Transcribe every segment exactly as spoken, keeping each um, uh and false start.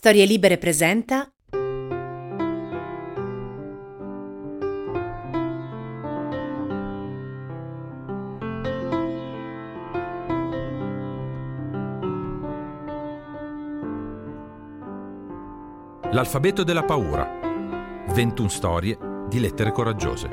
Storie Libere presenta L'alfabeto della paura. ventuno storie di lettere coraggiose.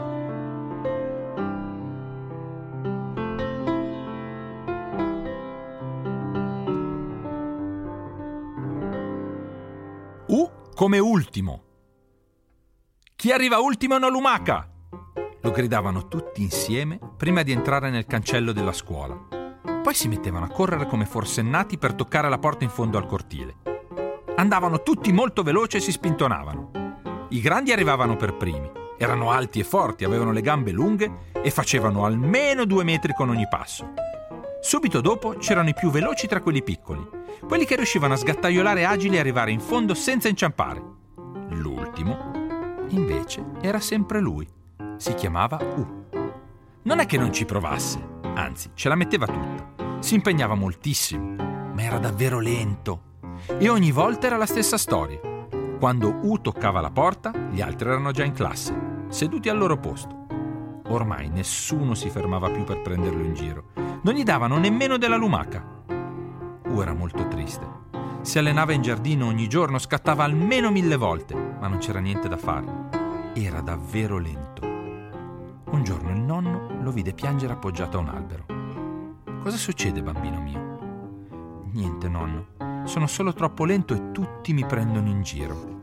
U come ultimo. Chi arriva ultimo è una lumaca! Lo gridavano tutti insieme prima di entrare nel cancello della scuola. Poi si mettevano a correre come forsennati per toccare la porta in fondo al cortile. Andavano tutti molto veloci e si spintonavano. I grandi arrivavano per primi. Erano alti e forti, avevano le gambe lunghe e facevano almeno due metri con ogni passo. Subito dopo c'erano i più veloci tra quelli piccoli, quelli che riuscivano a sgattaiolare agili e arrivare in fondo senza inciampare. L'ultimo, invece, era sempre lui. Si chiamava U. Non è che non ci provasse, anzi, ce la metteva tutta. Si impegnava moltissimo, ma era davvero lento. E ogni volta era la stessa storia. Quando U toccava la porta, gli altri erano già in classe, seduti al loro posto. Ormai nessuno si fermava più per prenderlo in giro. Non gli davano nemmeno della lumaca. U era molto triste. Si allenava in giardino ogni giorno, scattava almeno mille volte, ma non c'era niente da fare. Era davvero lento. Un giorno il nonno lo vide piangere appoggiato a un albero. «Cosa succede, bambino mio?» «Niente, nonno. Sono solo troppo lento e tutti mi prendono in giro».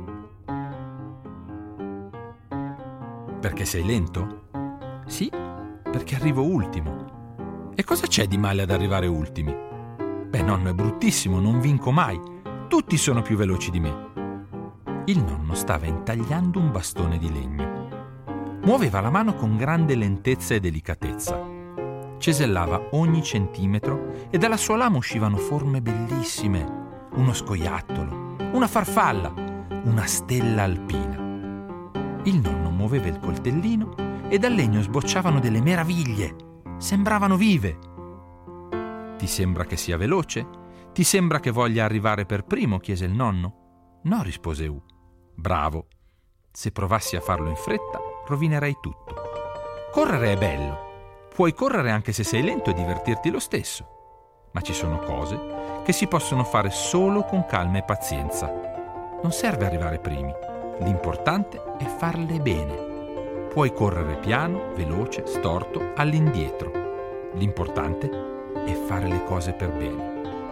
«Perché sei lento?» «Sì, perché arrivo ultimo». «E cosa c'è di male ad arrivare ultimi?» «Beh, nonno, è bruttissimo, non vinco mai. Tutti sono più veloci di me». Il nonno stava intagliando un bastone di legno. Muoveva la mano con grande lentezza e delicatezza. Cesellava ogni centimetro e dalla sua lama uscivano forme bellissime, uno scoiattolo, una farfalla, una stella alpina. Il nonno muoveva il coltellino e dal legno sbocciavano delle meraviglie, sembravano vive. «Ti sembra che sia veloce? Ti sembra che voglia arrivare per primo?» chiese il nonno. «No», rispose U. «Bravo. Se provassi a farlo in fretta, rovinerei tutto. Correre è bello. Puoi correre anche se sei lento e divertirti lo stesso. Ma ci sono cose che si possono fare solo con calma e pazienza. Non serve arrivare primi. L'importante è farle bene. Puoi correre piano, veloce, storto, all'indietro. L'importante è fare le cose per bene».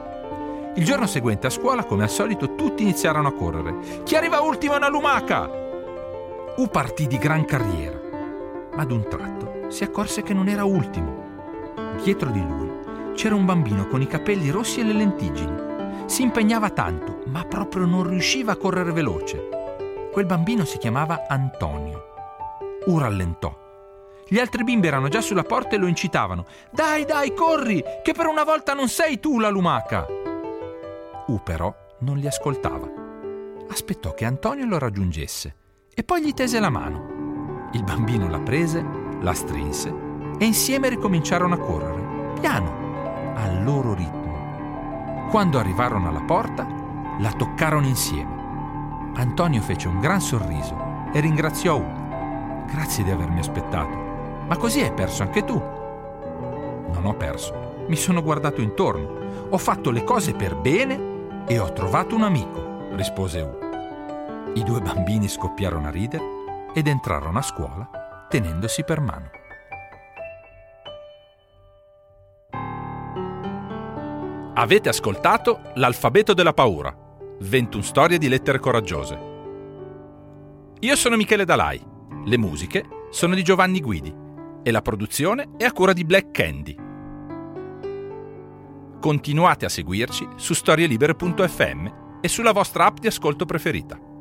Il giorno seguente a scuola, come al solito, tutti iniziarono a correre. «Chi arriva ultimo è una lumaca!» U partì di gran carriera, ma ad un tratto si accorse che non era ultimo. Dietro di lui c'era un bambino con i capelli rossi e le lentiggini. Si impegnava tanto, ma proprio non riusciva a correre veloce. Quel bambino si chiamava Antonio. U rallentò. Gli altri bimbi erano già sulla porta e lo incitavano. «Dai, dai, corri, che per una volta non sei tu la lumaca!» U però non li ascoltava. Aspettò che Antonio lo raggiungesse e poi gli tese la mano. Il bambino la prese, la strinse e insieme ricominciarono a correre, piano, al loro ritmo. Quando arrivarono alla porta, la toccarono insieme. Antonio fece un gran sorriso e ringraziò U. «Grazie di avermi aspettato. Ma così hai perso anche tu?» «Non ho perso. Mi sono guardato intorno. Ho fatto le cose per bene e ho trovato un amico», rispose U. I due bambini scoppiarono a ridere ed entrarono a scuola tenendosi per mano. Avete ascoltato L'alfabeto della paura, ventuno storie di lettere coraggiose. Io sono Michele Dalai, le musiche sono di Giovanni Guidi e la produzione è a cura di Black Candy. Continuate a seguirci su storielibere punto effe emme e sulla vostra app di ascolto preferita.